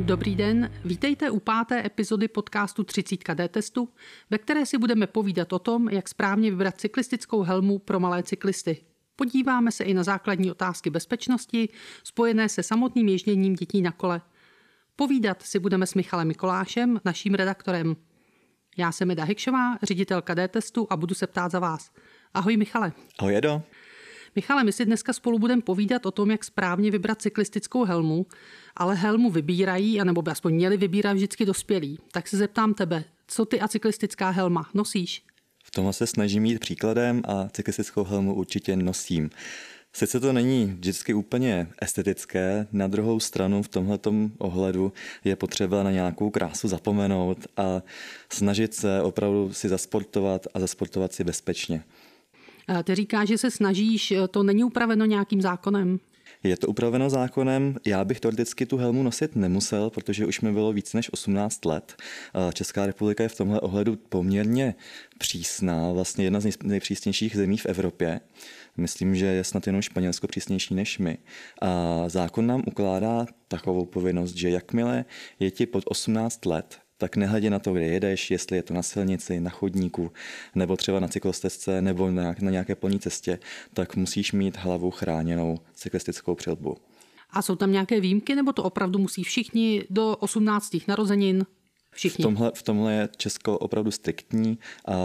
Dobrý den, vítejte u 5. epizody podcastu 30 D-testu, ve které si budeme povídat o tom, jak správně vybrat cyklistickou helmu pro malé cyklisty. Podíváme se i na základní otázky bezpečnosti, spojené se samotným ježděním dětí na kole. Povídat si budeme s Michalem Mikolášem, naším redaktorem. Já jsem Eda Hekšová, ředitelka D-testu a budu se ptát za vás. Ahoj Michale. Ahoj Edo. Michale, my si dneska spolu budeme povídat o tom, jak správně vybrat cyklistickou helmu, ale helmu vybírají, anebo by aspoň měli vybírat vždycky dospělí. Tak se zeptám tebe, co ty a cyklistická helma nosíš? V tomhle se snažím jít příkladem a cyklistickou helmu určitě nosím. Sice to není vždycky úplně estetické, na druhou stranu v tomhletom ohledu je potřeba na nějakou krásu zapomenout a snažit se opravdu si zasportovat a zasportovat si bezpečně. Ty říkáš, že se snažíš, to není upraveno nějakým zákonem? Je to upraveno zákonem, já bych teoreticky tu helmu nosit nemusel, protože už mi bylo víc než 18 let. Česká republika je v tomhle ohledu poměrně přísná, vlastně jedna z nejpřísnějších zemí v Evropě. Myslím, že je snad jenom Španělsko přísnější než my. A zákon nám ukládá takovou povinnost, že jakmile je ti pod 18 let, tak nehledě na to, kde jedeš, jestli je to na silnici, na chodníku, nebo třeba na cyklostezce, nebo na nějaké polní cestě, tak musíš mít hlavu chráněnou cyklistickou přilbu. A jsou tam nějaké výjimky, nebo to opravdu musí všichni do 18. narozenin? Všichni. V tomhle je Česko opravdu striktní a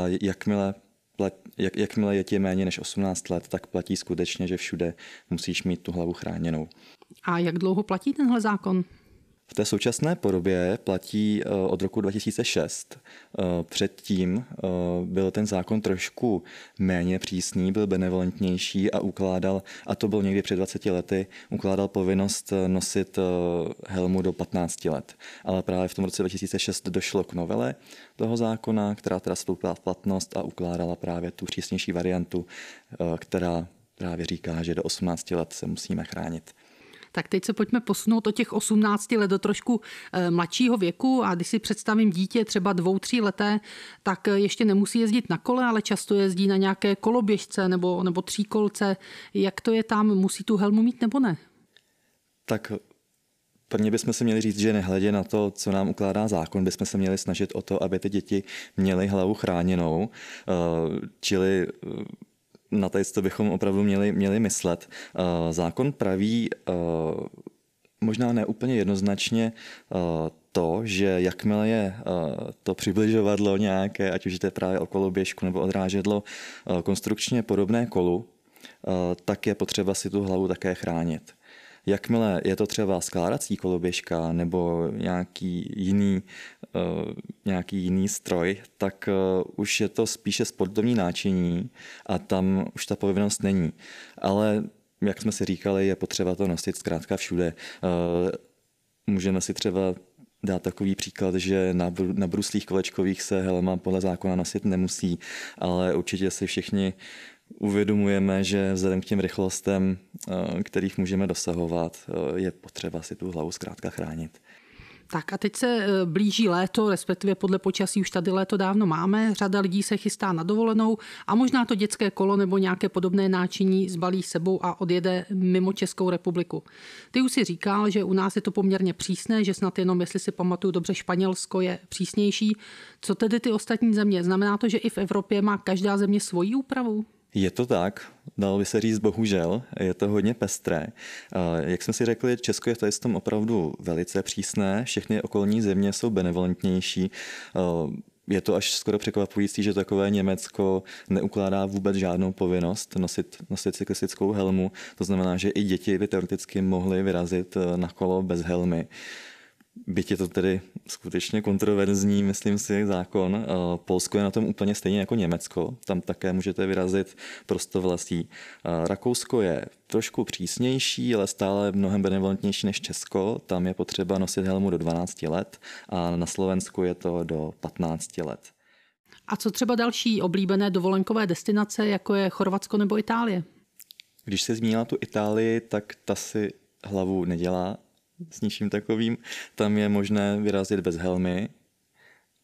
jakmile je ti méně než 18 let, tak platí skutečně, že všude musíš mít tu hlavu chráněnou. A jak dlouho platí tenhle zákon? V té současné podobě platí od roku 2006. Předtím byl ten zákon trošku méně přísný, byl benevolentnější a ukládal, a to bylo někdy před 20 lety, ukládal povinnost nosit helmu do 15 let. Ale právě v tom roce 2006 došlo k novele toho zákona, která teda vstoupila v platnost a ukládala právě tu přísnější variantu, která právě říká, že do 18 let se musíme chránit. Tak teď se pojďme posunout od těch 18 let do trošku mladšího věku a když si představím dítě třeba 2-3 leté, tak ještě nemusí jezdit na kole, ale často jezdí na nějaké koloběžce nebo tříkolce. Jak to je tam? Musí tu helmu mít nebo ne? Tak prvně bychom se měli říct, že nehledě na to, co nám ukládá zákon, bychom se měli snažit o to, aby ty děti měly hlavu chráněnou, čili na to bychom opravdu měli myslet. Zákon praví možná ne úplně jednoznačně to, že jakmile je to přibližovadlo nějaké, ať už jde právě o koloběžku nebo odrážedlo, konstrukčně podobné kolu, tak je potřeba si tu hlavu také chránit. Jakmile je to třeba skládací koloběžka nebo nějaký jiný stroj, tak už je to spíše sportovní náčiní a tam už ta povinnost není. Ale jak jsme si říkali, je potřeba to nosit zkrátka všude. Můžeme si třeba dát takový příklad, že na bruslích kolečkových se helma podle zákona nosit nemusí, ale určitě si všichni uvědomujeme, že vzhledem k těm rychlostem, kterých můžeme dosahovat, je potřeba si tu hlavu zkrátka chránit. Tak a teď se blíží léto, respektive podle počasí už tady léto dávno máme. Řada lidí se chystá na dovolenou a možná to dětské kolo nebo nějaké podobné náčiní zbalí sebou a odjede mimo Českou republiku. Ty už si říkal, že u nás je to poměrně přísné, že snad jenom, jestli si pamatuju dobře, Španělsko je přísnější. Co tedy ty ostatní země? Znamená to, že i v Evropě má každá země svoji úpravu? Je to tak, dalo by se říct bohužel, je to hodně pestré. Jak jsme si řekli, Česko je v tom opravdu velice přísné, všechny okolní země jsou benevolentnější. Je to až skoro překvapující, že takové Německo neukládá vůbec žádnou povinnost nosit cyklistickou helmu. To znamená, že i děti by teoreticky mohly vyrazit na kolo bez helmy. Byť je to tedy skutečně kontroverzní, myslím si, zákon. Polsko je na tom úplně stejně jako Německo. Tam také můžete vyrazit prosto v lesí. Rakousko je trošku přísnější, ale stále mnohem benevolentnější než Česko. Tam je potřeba nosit helmu do 12 let a na Slovensku je to do 15 let. A co třeba další oblíbené dovolenkové destinace, jako je Chorvatsko nebo Itálie? Když se zmínila tu Itálii, tak ta si hlavu nedělá s ničím takovým. Tam je možné vyrazit bez helmy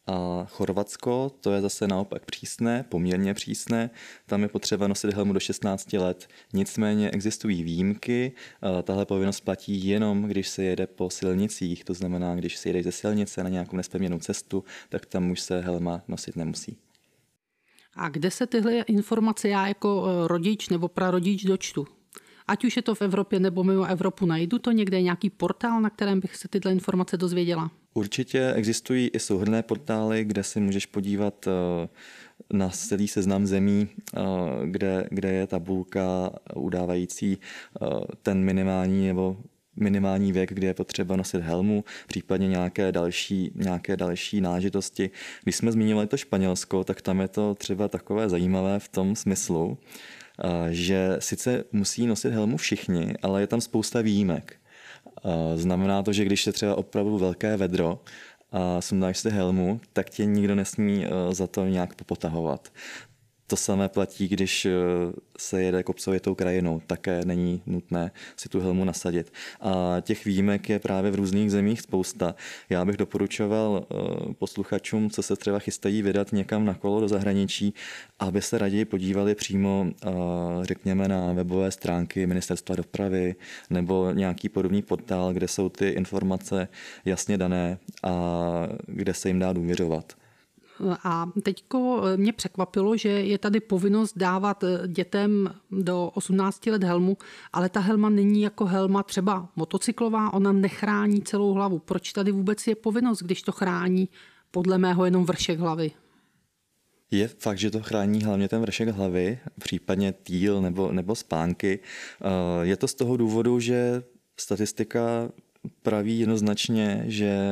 A Chorvatsko, to je zase naopak přísné, poměrně přísné. Tam je potřeba nosit helmu do 16 let. Nicméně existují výjimky. Tahle povinnost platí jenom, když se jede po silnicích. To znamená, když se jede ze silnice na nějakou nespevněnou cestu, tak tam už se helma nosit nemusí. A kde se tyhle informace já jako rodič nebo prarodič dočtu? Ať už je to v Evropě nebo mimo Evropu, najdu to někde, nějaký portál, na kterém bych se tyhle informace dozvěděla? Určitě existují i souhrnné portály, kde si můžeš podívat na celý seznam zemí, kde je tabulka udávající ten minimální věk, kdy je potřeba nosit helmu, případně nějaké další náležitosti. Když jsme zmiňovali to Španělsko, tak tam je to třeba takové zajímavé v tom smyslu, že sice musí nosit helmu všichni, ale je tam spousta výjimek. Znamená to, že když je třeba opravdu velké vedro a sundáš si helmu, tak tě nikdo nesmí za to nějak popotahovat. To samé platí, když se jede kopcovitou krajinou, také není nutné si tu helmu nasadit. A těch výjimek je právě v různých zemích spousta. Já bych doporučoval posluchačům, co se třeba chystají vydat někam na kolo do zahraničí, aby se raději podívali přímo, řekněme, na webové stránky Ministerstva dopravy nebo nějaký podobný portál, kde jsou ty informace jasně dané a kde se jim dá důvěřovat. A teďko mě překvapilo, že je tady povinnost dávat dětem do 18 let helmu, ale ta helma není jako helma třeba motocyklová, ona nechrání celou hlavu. Proč tady vůbec je povinnost, když to chrání podle mého jenom vršek hlavy? Je fakt, že to chrání hlavně ten vršek hlavy, případně týl nebo spánky. Je to z toho důvodu, že statistika praví jednoznačně,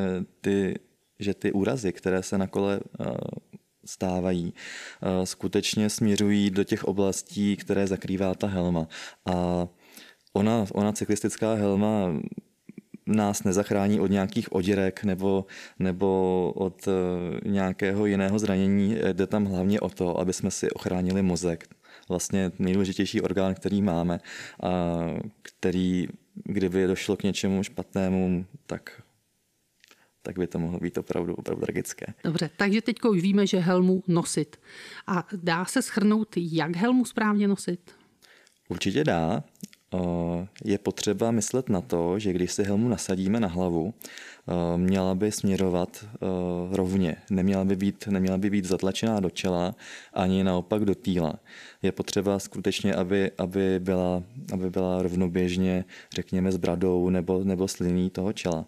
že ty úrazy, které se na kole stávají, skutečně směřují do těch oblastí, které zakrývá ta helma. A ona cyklistická helma nás nezachrání od nějakých oděrek nebo od nějakého jiného zranění. Jde tam hlavně o to, aby jsme si ochránili mozek. Vlastně nejdůležitější orgán, který máme, a který, kdyby došlo k něčemu špatnému, tak by to mohlo být opravdu tragické. Dobře, takže teď už víme, že helmu nosit. A dá se shrnout, jak helmu správně nosit? Určitě dá. Je potřeba myslet na to, že když si helmu nasadíme na hlavu, měla by směrovat rovně. Neměla by být zatlačená do čela, ani naopak do týla. Je potřeba skutečně, aby byla rovnoběžně, řekněme, s bradou nebo s linií toho čela.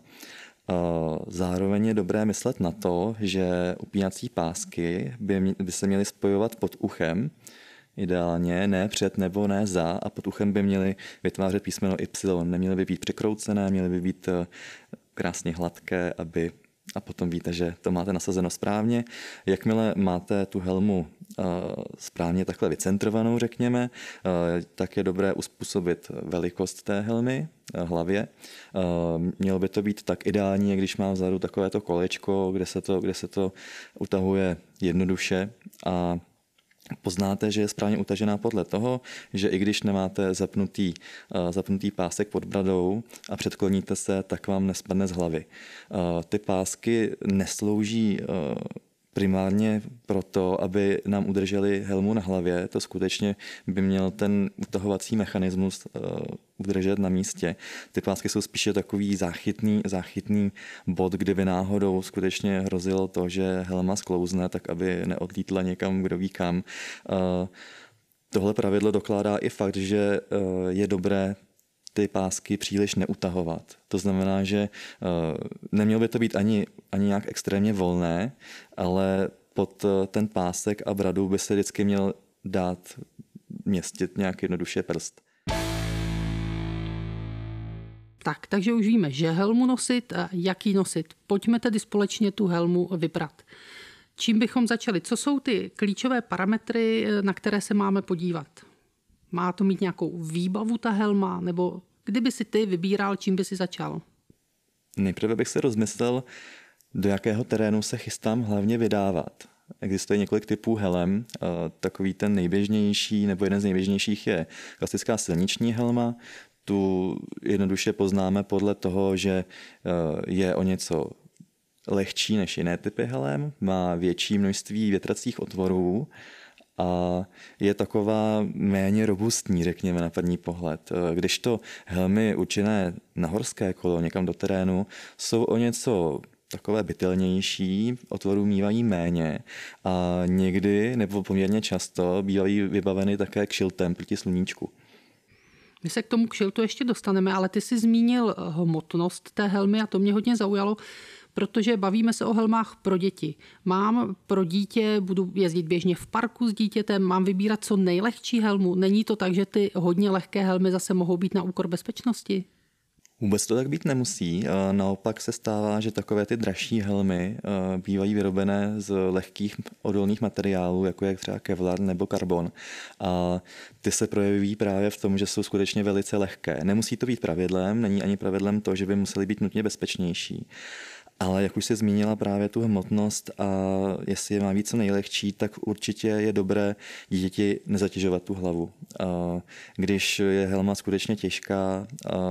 Zároveň je dobré myslet na to, že upínací pásky by se měly spojovat pod uchem, ideálně ne před nebo ne za, a pod uchem by měly vytvářet písmeno Y. Neměly by být překroucené, měly by být krásně hladké, a potom víte, že to máte nasazeno správně. Jakmile máte tu helmu správně takhle vycentrovanou, řekněme, tak je dobré uspůsobit velikost té helmy hlavě. Mělo by to být tak ideální, když má vzadu takovéto kolečko, kde se to utahuje jednoduše, a poznáte, že je správně utažená podle toho, že i když nemáte zapnutý pásek pod bradou a předkloníte se, tak vám nespadne z hlavy. Ty pásky neslouží primárně proto, aby nám udrželi helmu na hlavě. To skutečně by měl ten utahovací mechanismus udržet na místě. Ty pásky jsou spíše takový záchytný bod, kdyby náhodou skutečně hrozilo to, že helma sklouzne, tak aby neodlítla někam, kdo ví kam. Tohle pravidlo dokládá i fakt, že je dobré ty pásky příliš neutahovat. To znamená, že nemělo by to být ani nějak extrémně volné, ale pod ten pásek a bradu by se vždycky měl dát městit nějak jednoduše prst. Takže už víme, že helmu nosit a jak ji nosit. Pojďme tedy společně tu helmu vybrat. Čím bychom začali? Co jsou ty klíčové parametry, na které se máme podívat? Má to mít nějakou výbavu ta helma, nebo kdyby si ty vybíral, čím by si začal? Nejprve bych se rozmyslel, do jakého terénu se chystám hlavně vydávat. Existuje několik typů helem. Takový ten nejběžnější, nebo jeden z nejběžnějších je klasická silniční helma. Tu jednoduše poznáme podle toho, že je o něco lehčí než jiné typy helem, má větší množství větracích otvorů a je taková méně robustní, řekněme na první pohled. Kdežto helmy určené na horské kolo, někam do terénu, jsou o něco takové bytelnější, otvorů mívají méně a někdy nebo poměrně často bývají vybaveny také kšiltem proti sluníčku. My se k tomu kšiltu ještě dostaneme, ale ty jsi zmínil hmotnost té helmy a to mě hodně zaujalo, protože bavíme se o helmách pro děti. Mám pro dítě, budu jezdit běžně v parku s dítětem, mám vybírat co nejlehčí helmu. Není to tak, že ty hodně lehké helmy zase mohou být na úkor bezpečnosti? Vůbec to tak být nemusí. Naopak se stává, že takové ty dražší helmy bývají vyrobené z lehkých odolných materiálů, jako je třeba kevlar nebo karbon. A ty se projeví právě v tom, že jsou skutečně velice lehké. Nemusí to být pravidlem, není ani pravidlem to, že by musely být nutně bezpečnější. Ale jak už jsi zmínila právě tu hmotnost a jestli je má být co nejlehčí, tak určitě je dobré dítěti nezatěžovat tu hlavu. Když je helma skutečně těžká,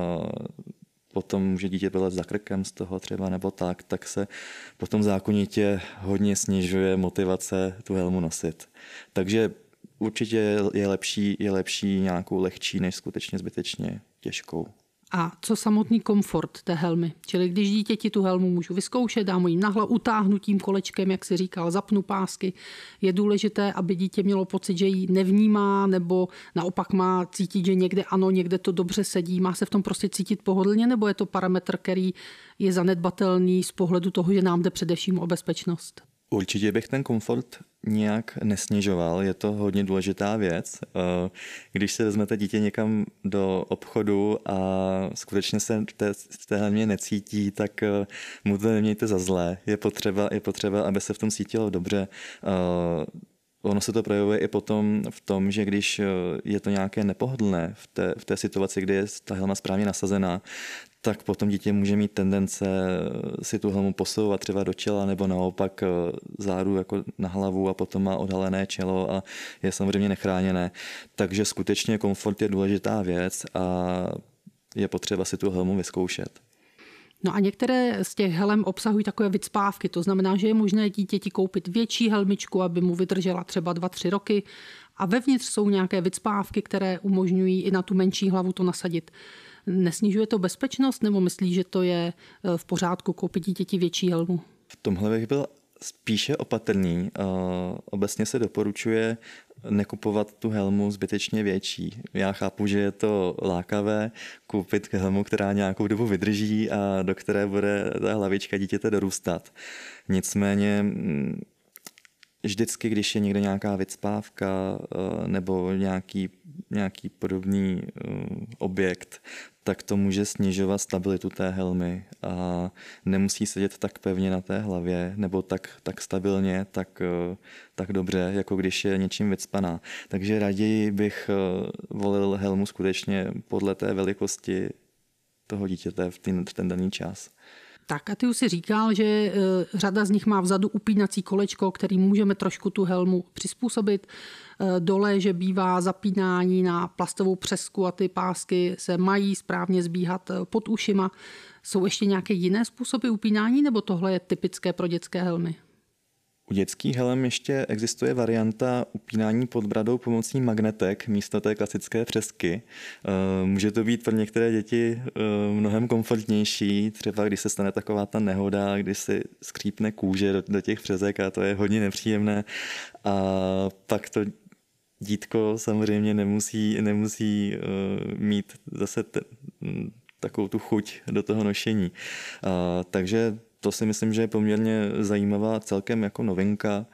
potom může dítě vylet za krkem z toho třeba nebo tak se potom zákonitě hodně snižuje motivace tu helmu nosit. Takže určitě je lepší nějakou lehčí, než skutečně zbytečně těžkou. A co samotný komfort té helmy? Čili když dítěti tu helmu můžu vyzkoušet, dám jim na hlavu, utáhnu tím kolečkem, jak si říkal, zapnu pásky. Je důležité, aby dítě mělo pocit, že ji nevnímá, nebo naopak má cítit, že někde ano, někde to dobře sedí. Má se v tom prostě cítit pohodlně, nebo je to parametr, který je zanedbatelný z pohledu toho, že nám jde především o bezpečnost? Určitě bych ten komfort nějak nesnižoval, je to hodně důležitá věc. Když se vezmete dítě někam do obchodu a skutečně se v té helmě necítí, tak mu to nemějte za zlé. Je potřeba, aby se v tom cítilo dobře. Ono se to projevuje i potom v tom, že když je to nějaké nepohodlné v té situaci, kdy je ta helma správně nasazená, tak potom dítě může mít tendence si tu helmu posouvat třeba do čela nebo naopak zádu jako na hlavu a potom má odhalené čelo a je samozřejmě nechráněné. Takže skutečně komfort je důležitá věc a je potřeba si tu helmu vyzkoušet. No a některé z těch helem obsahují takové vycpávky, to znamená, že je možné dítěti koupit větší helmičku, aby mu vydržela třeba 2-3 roky a vevnitř jsou nějaké vycpávky, které umožňují i na tu menší hlavu to nasadit. Nesnižuje to bezpečnost nebo myslíš, že to je v pořádku koupit dítěti větší helmu? V tomhle bych byl spíše opatrný. Obecně se doporučuje nekupovat tu helmu zbytečně větší. Já chápu, že je to lákavé koupit helmu, která nějakou dobu vydrží a do které bude ta hlavička dítěte dorůstat. Nicméně vždycky, když je někde nějaká vycpávka nebo nějaký podobný objekt, tak to může snižovat stabilitu té helmy a nemusí sedět tak pevně na té hlavě nebo tak stabilně, tak dobře, jako když je něčím vycpaná. Takže raději bych volil helmu skutečně podle té velikosti toho dítěte v ten daný čas. Tak a ty už si říkal, že řada z nich má vzadu upínací kolečko, který můžeme trošku tu helmu přizpůsobit. Dole, že bývá zapínání na plastovou přesku a ty pásky se mají správně zbíhat pod ušima. Jsou ještě nějaké jiné způsoby upínání, nebo tohle je typické pro dětské helmy? U dětských helem ještě existuje varianta upínání pod bradou pomocí magnetek místo té klasické přesky. Může to být pro některé děti mnohem komfortnější, třeba když se stane taková ta nehoda, když si skřípne kůže do těch přesek a to je hodně nepříjemné. A pak to dítko samozřejmě nemusí mít zase takovou tu chuť do toho nošení. Takže to si myslím, že je poměrně zajímavá celkem jako novinka,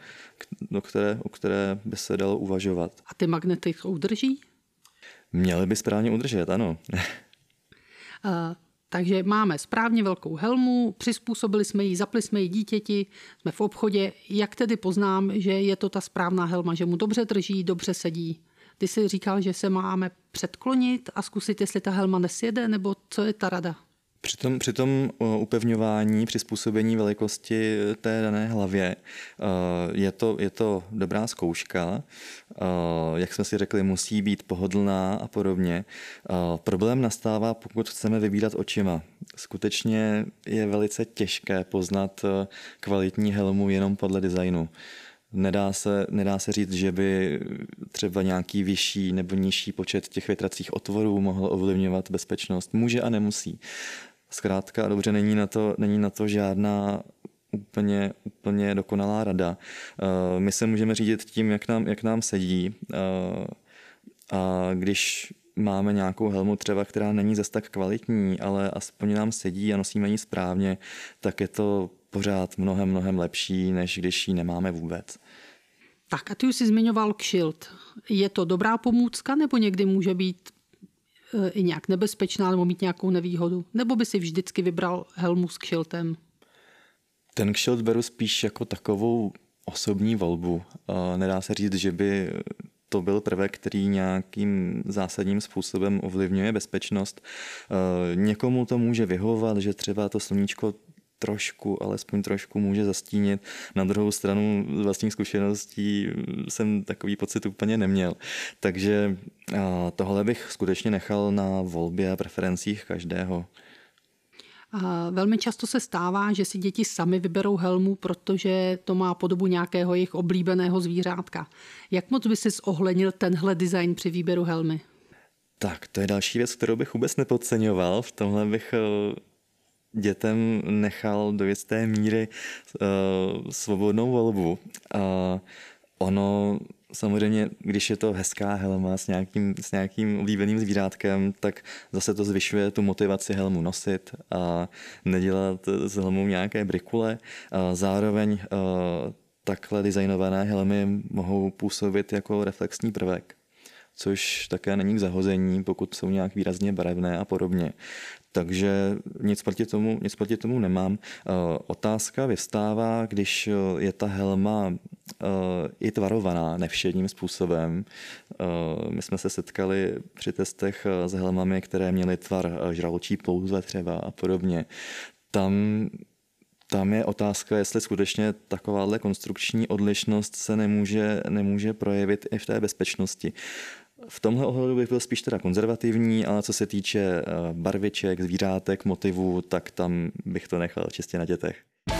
o které by se dalo uvažovat. A ty magnety udrží? Měly by správně udržet, ano. Takže máme správně velkou helmu, přizpůsobili jsme ji, zapli jsme ji dítěti, jsme v obchodě. Jak tedy poznám, že je to ta správná helma, že mu dobře drží, dobře sedí? Ty jsi říkal, že se máme předklonit a zkusit, jestli ta helma nesjede, nebo co je ta rada? Při tom upevňování, přizpůsobení velikosti té dané hlavě je to dobrá zkouška. Jak jsme si řekli, musí být pohodlná a podobně. Problém nastává, pokud chceme vybírat očima. Skutečně je velice těžké poznat kvalitní helmu jenom podle designu. Nedá se říct, že by třeba nějaký vyšší nebo nižší počet těch větracích otvorů mohl ovlivňovat bezpečnost. Může a nemusí. Zkrátka dobře, není na to žádná úplně dokonalá rada. My se můžeme řídit tím, jak nám sedí. A když máme nějakou helmu třeba, která není zas tak kvalitní, ale aspoň nám sedí a nosíme ji správně, tak je to pořád mnohem lepší, než když ji nemáme vůbec. Tak a ty už jsi zmiňoval kšilt. Je to dobrá pomůcka, nebo někdy může být i nějak nebezpečná nebo mít nějakou nevýhodu? Nebo by si vždycky vybral helmu s kšiltem? Ten kšilt beru spíš jako takovou osobní volbu. Nedá se říct, že by to byl prvek, který nějakým zásadním způsobem ovlivňuje bezpečnost. Někomu to může vyhovovat, že třeba to sluníčko alespoň trošku může zastínit. Na druhou stranu z vlastních zkušeností jsem takový pocit úplně neměl. Takže tohle bych skutečně nechal na volbě a preferencích každého. Velmi často se stává, že si děti sami vyberou helmu, protože to má podobu nějakého jejich oblíbeného zvířátka. Jak moc by si zohlednil tenhle design při výběru helmy? Tak, to je další věc, kterou bych vůbec nepodceňoval. V tomhle bych dětem nechal do jisté míry svobodnou volbu. Ono samozřejmě, když je to hezká helma s nějakým oblíbeným zvířátkem, tak zase to zvyšuje tu motivaci helmu nosit a nedělat s helmou nějaké brikule. Zároveň takhle designované helmy mohou působit jako reflexní prvek, což také není k zahození, pokud jsou nějak výrazně barevné a podobně. Takže nic proti tomu nemám. Otázka vyvstává, když je ta helma i tvarovaná nevšedním způsobem. My jsme se setkali při testech s helmami, které měly tvar žraločí plouzve třeba a podobně. Tam je otázka, jestli skutečně takováhle konstrukční odlišnost se nemůže projevit i v té bezpečnosti. V tomhle ohledu bych byl spíš teda konzervativní, ale co se týče barviček, zvířátek, motivů, tak tam bych to nechal čistě na dětech.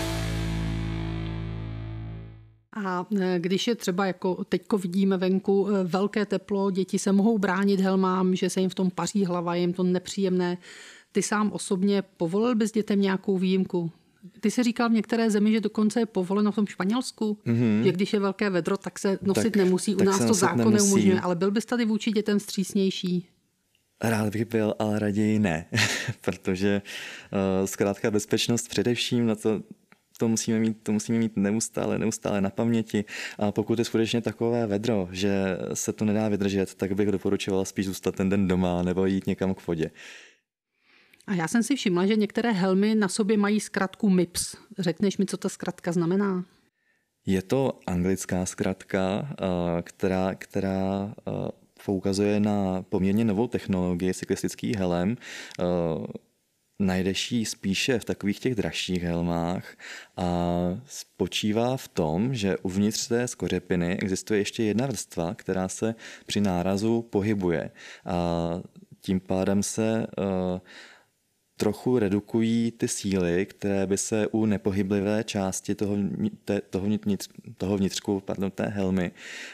A když je třeba, jako teďko vidíme venku, velké teplo, děti se mohou bránit helmám, že se jim v tom paří hlava, je jim to nepříjemné. Ty sám osobně povolil bys dětem nějakou výjimku? Ty jsi říkal v některé zemi, že dokonce je povoleno v tom Španělsku, že když je velké vedro, tak se nosit nemusí. U nás to zákon neumožňuje, ale byl bys tady vůči dětem vstřícnější? Rád bych byl, ale raději ne, protože zkrátka bezpečnost především na to musíme mít neustále na paměti. A pokud je skutečně takové vedro, že se to nedá vydržet, tak bych doporučoval spíš zůstat ten den doma nebo jít někam k vodě. A já jsem si všimla, že některé helmy na sobě mají zkratku MIPS. Řekneš mi, co ta zkratka znamená? Je to anglická zkratka, která poukazuje na poměrně novou technologii cyklistických helem. Najdeš ji spíše v takových těch dražších helmách a spočívá v tom, že uvnitř té skořepiny existuje ještě jedna vrstva, která se při nárazu pohybuje. A tím pádem se trochu redukují ty síly, které by se u nepohyblivé části toho vnitřku té helmy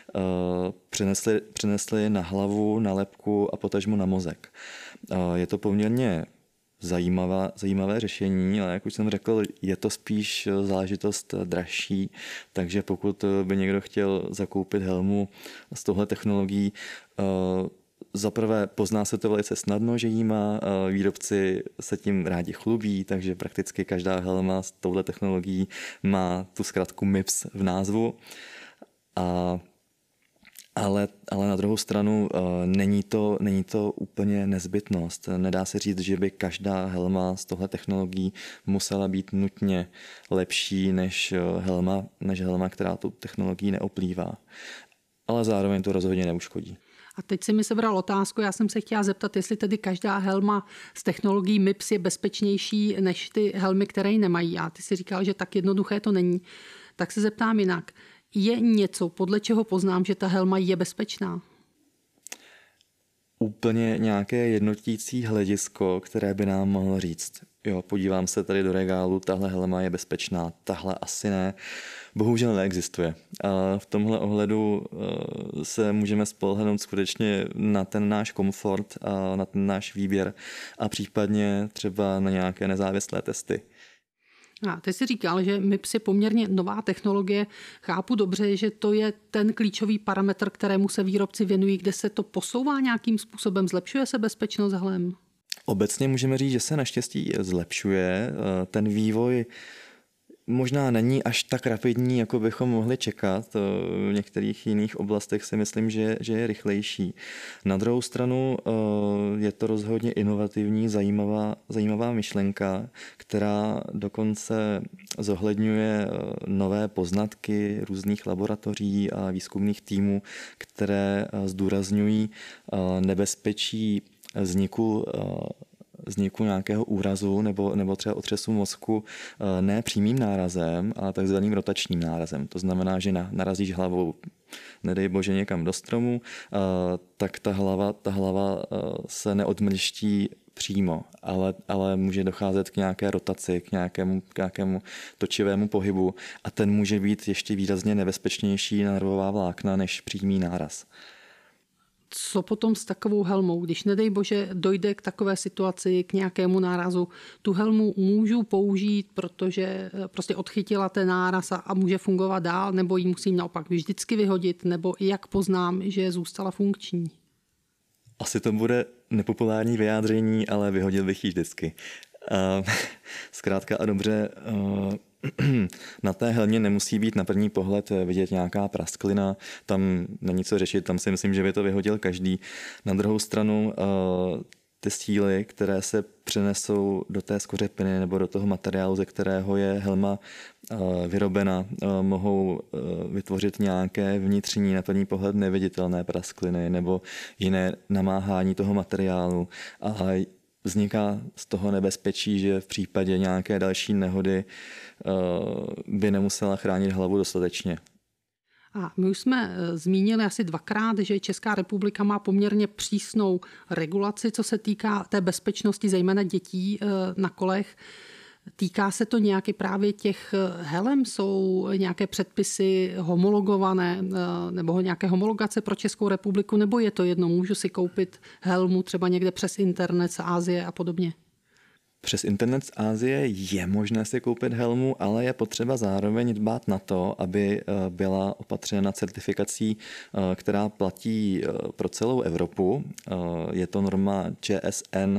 přenesly na hlavu, na lebku a potažmo na mozek. Je to poměrně zajímavé řešení, ale jak už jsem řekl, je to spíš záležitost dražší, takže pokud by někdo chtěl zakoupit helmu s touhle technologií, zaprvé pozná se to velice snadno, že jí má, výrobci se tím rádi chlubí, takže prakticky každá helma s touhle technologií má tu zkratku MIPS v názvu. Ale na druhou stranu není to úplně nezbytnost. Nedá se říct, že by každá helma s touhle technologií musela být nutně lepší než helma, která tu technologií neoplývá. Ale zároveň to rozhodně neuškodí. A teď si mi sebral otázku, já jsem se chtěla zeptat, jestli tedy každá helma z technologií MIPS je bezpečnější než ty helmy, které ji nemají. A ty si říkal, že tak jednoduché to není. Tak se zeptám jinak. Je něco, podle čeho poznám, že ta helma je bezpečná? Úplně nějaké jednotící hledisko, které by nám mohlo říct, jo, podívám se tady do regálu, tahle helma je bezpečná, tahle asi ne. Bohužel neexistuje. A v tomhle ohledu se můžeme spolehnout skutečně na ten náš komfort a na ten náš výběr a případně třeba na nějaké nezávislé testy. A ty jsi říkal, že MIPS je poměrně nová technologie. Chápu dobře, že to je ten klíčový parametr, kterému se výrobci věnují, kde se to posouvá nějakým způsobem, zlepšuje se bezpečnost helem? Obecně můžeme říct, že se naštěstí zlepšuje. Ten vývoj možná není až tak rapidní, jako bychom mohli čekat. V některých jiných oblastech si myslím, že je rychlejší. Na druhou stranu je to rozhodně inovativní, zajímavá myšlenka, která dokonce zohledňuje nové poznatky různých laboratoří a výzkumných týmů, které zdůrazňují nebezpečí vzniku nějakého úrazu nebo třeba otřesu mozku ne přímým nárazem, ale takzvaným rotačním nárazem. To znamená, že narazíš hlavou, nedej bože, někam do stromu, tak ta hlava se neodmrští přímo, ale může docházet k nějaké rotaci, k nějakému točivému pohybu a ten může být ještě výrazně nebezpečnější na nervová vlákna než přímý náraz. Co potom s takovou helmou? Když nedej bože dojde k takové situaci, k nějakému nárazu, tu helmu můžu použít, protože prostě odchytila ten náraz a může fungovat dál, nebo ji musím naopak vždycky vyhodit, nebo jak poznám, že zůstala funkční? Asi to bude nepopulární vyjádření, ale vyhodil bych ji vždycky. Zkrátka a dobře, na té helmě nemusí být na první pohled vidět nějaká prasklina, tam není co řešit, tam si myslím, že by to vyhodil každý. Na druhou stranu ty síly, které se přenesou do té skořepiny nebo do toho materiálu, ze kterého je helma vyrobena, mohou vytvořit nějaké vnitřní, na první pohled neviditelné praskliny nebo jiné namáhání toho materiálu a vzniká z toho nebezpečí, že v případě nějaké další nehody by nemusela chránit hlavu dostatečně. A my už jsme zmínili asi 2krát, že Česká republika má poměrně přísnou regulaci, co se týká té bezpečnosti, zejména dětí na kolech. Týká se to nějaké právě těch helem? Jsou nějaké předpisy homologované nebo nějaké homologace pro Českou republiku? Nebo je to jedno? Můžu si koupit helmu třeba někde přes internet z Asie a podobně? Přes internet z Asie je možné si koupit helmu, ale je potřeba zároveň dbát na to, aby byla opatřena certifikací, která platí pro celou Evropu. Je to norma ČSN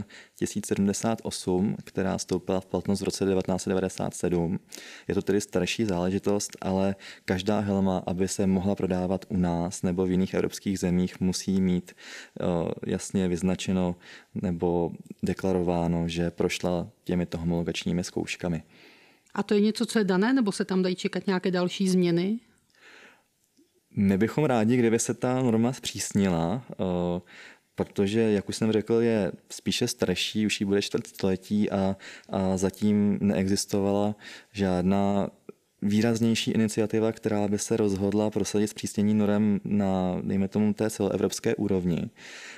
1078, která vstoupila v platnost v roce 1997. Je to tedy starší záležitost, ale každá helma, aby se mohla prodávat u nás nebo v jiných evropských zemích, musí mít jasně vyznačeno nebo deklarováno, že prošla těmito homologačními zkouškami. A to je něco, co je dané, nebo se tam dají čekat nějaké další změny? My bychom rádi, kdyby se ta norma zpřísnila, protože, jak už jsem řekl, je spíše starší, už jí bude čtvrtstoletí a zatím neexistovala žádná výraznější iniciativa, která by se rozhodla prosadit zpřísnění norem na, dejme tomu, té celoevropské úrovni.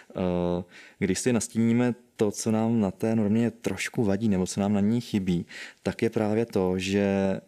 Když si nastíníme to, co nám na té normě trošku vadí nebo co nám na ní chybí, tak je právě to, že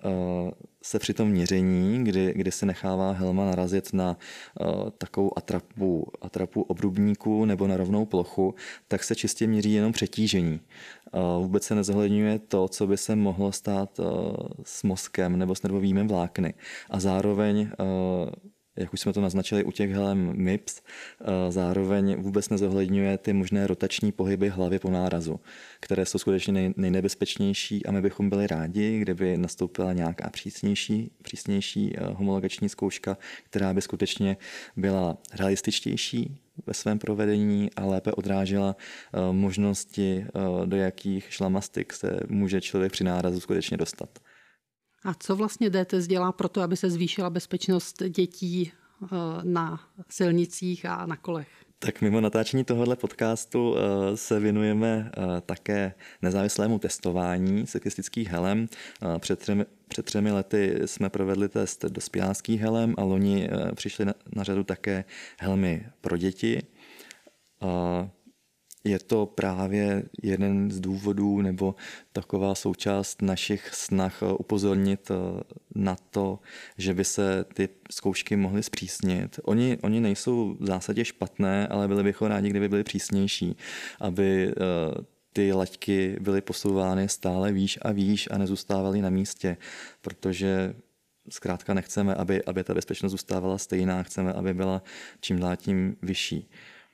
se při tom měření, kdy se nechává helma narazit na takovou atrapu obrubníku nebo na rovnou plochu, tak se čistě měří jenom přetížení. Vůbec se nezohledňuje to, co by se mohlo stát s mozkem nebo s nervovými vlákny. A zároveň, jak už jsme to naznačili u těch helem MIPS, zároveň vůbec nezohledňuje ty možné rotační pohyby hlavy po nárazu, které jsou skutečně nejnebezpečnější a my bychom byli rádi, kdyby nastoupila nějaká přísnější homologační zkouška, která by skutečně byla realističtější ve svém provedení a lépe odrážela možnosti, do jakých šlamastik se může člověk při nárazu skutečně dostat. A co vlastně DTS dělá pro to, aby se zvýšila bezpečnost dětí na silnicích a na kolech. Tak mimo natáčení tohohle podcastu se věnujeme také nezávislému testování cyklistických helem. Před 3 lety jsme provedli test dospěláckých helem a loni přišly na řadu také helmy pro děti. Je to právě jeden z důvodů nebo taková součást našich snah upozornit na to, že by se ty zkoušky mohly zpřísnit. Oni nejsou v zásadě špatné, ale byli bychom rádi, kdyby byly přísnější, aby ty laťky byly posouvány stále výš a nezůstávaly na místě, protože zkrátka nechceme, aby ta bezpečnost zůstávala stejná, chceme, aby byla čím dál tím vyšší.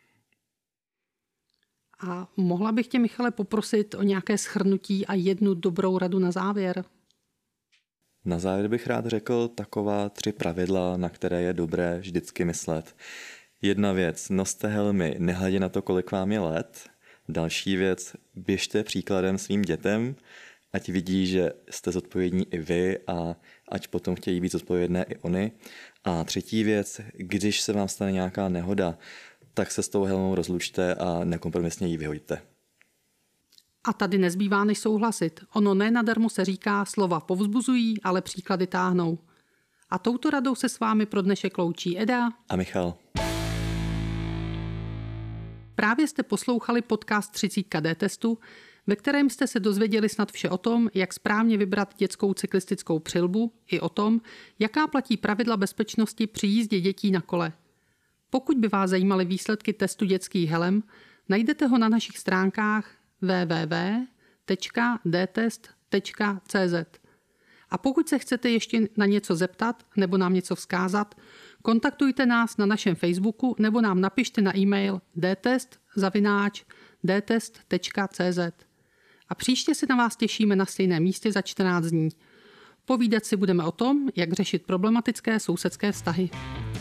A mohla bych tě, Michale, poprosit o nějaké shrnutí a jednu dobrou radu na závěr? Na závěr bych rád řekl taková 3 pravidla, na které je dobré vždycky myslet. 1 věc, noste helmy, nehledě na to, kolik vám je let. Další věc, běžte příkladem svým dětem, ať vidí, že jste zodpovědní i vy a ať potom chtějí být zodpovědné i oni. A 3. věc, když se vám stane nějaká nehoda, tak se s tou helmou rozlučte a nekompromisně ji vyhoďte. A tady nezbývá než souhlasit. Ono nenadarmo se říká, slova povzbuzují, ale příklady táhnou. A touto radou se s vámi pro dnešek loučí Eda a Michal. Právě jste poslouchali podcast 30 D-testu, ve kterém jste se dozvěděli snad vše o tom, jak správně vybrat dětskou cyklistickou přilbu i o tom, jaká platí pravidla bezpečnosti při jízdě dětí na kole. Pokud by vás zajímaly výsledky testu dětských helem, najdete ho na našich stránkách www.dtest.cz. A pokud se chcete ještě na něco zeptat nebo nám něco vzkázat, kontaktujte nás na našem Facebooku nebo nám napište na e-mail dtest@dtest.cz. A příště se na vás těšíme na stejném místě za 14 dní. Povídat si budeme o tom, jak řešit problematické sousedské vztahy.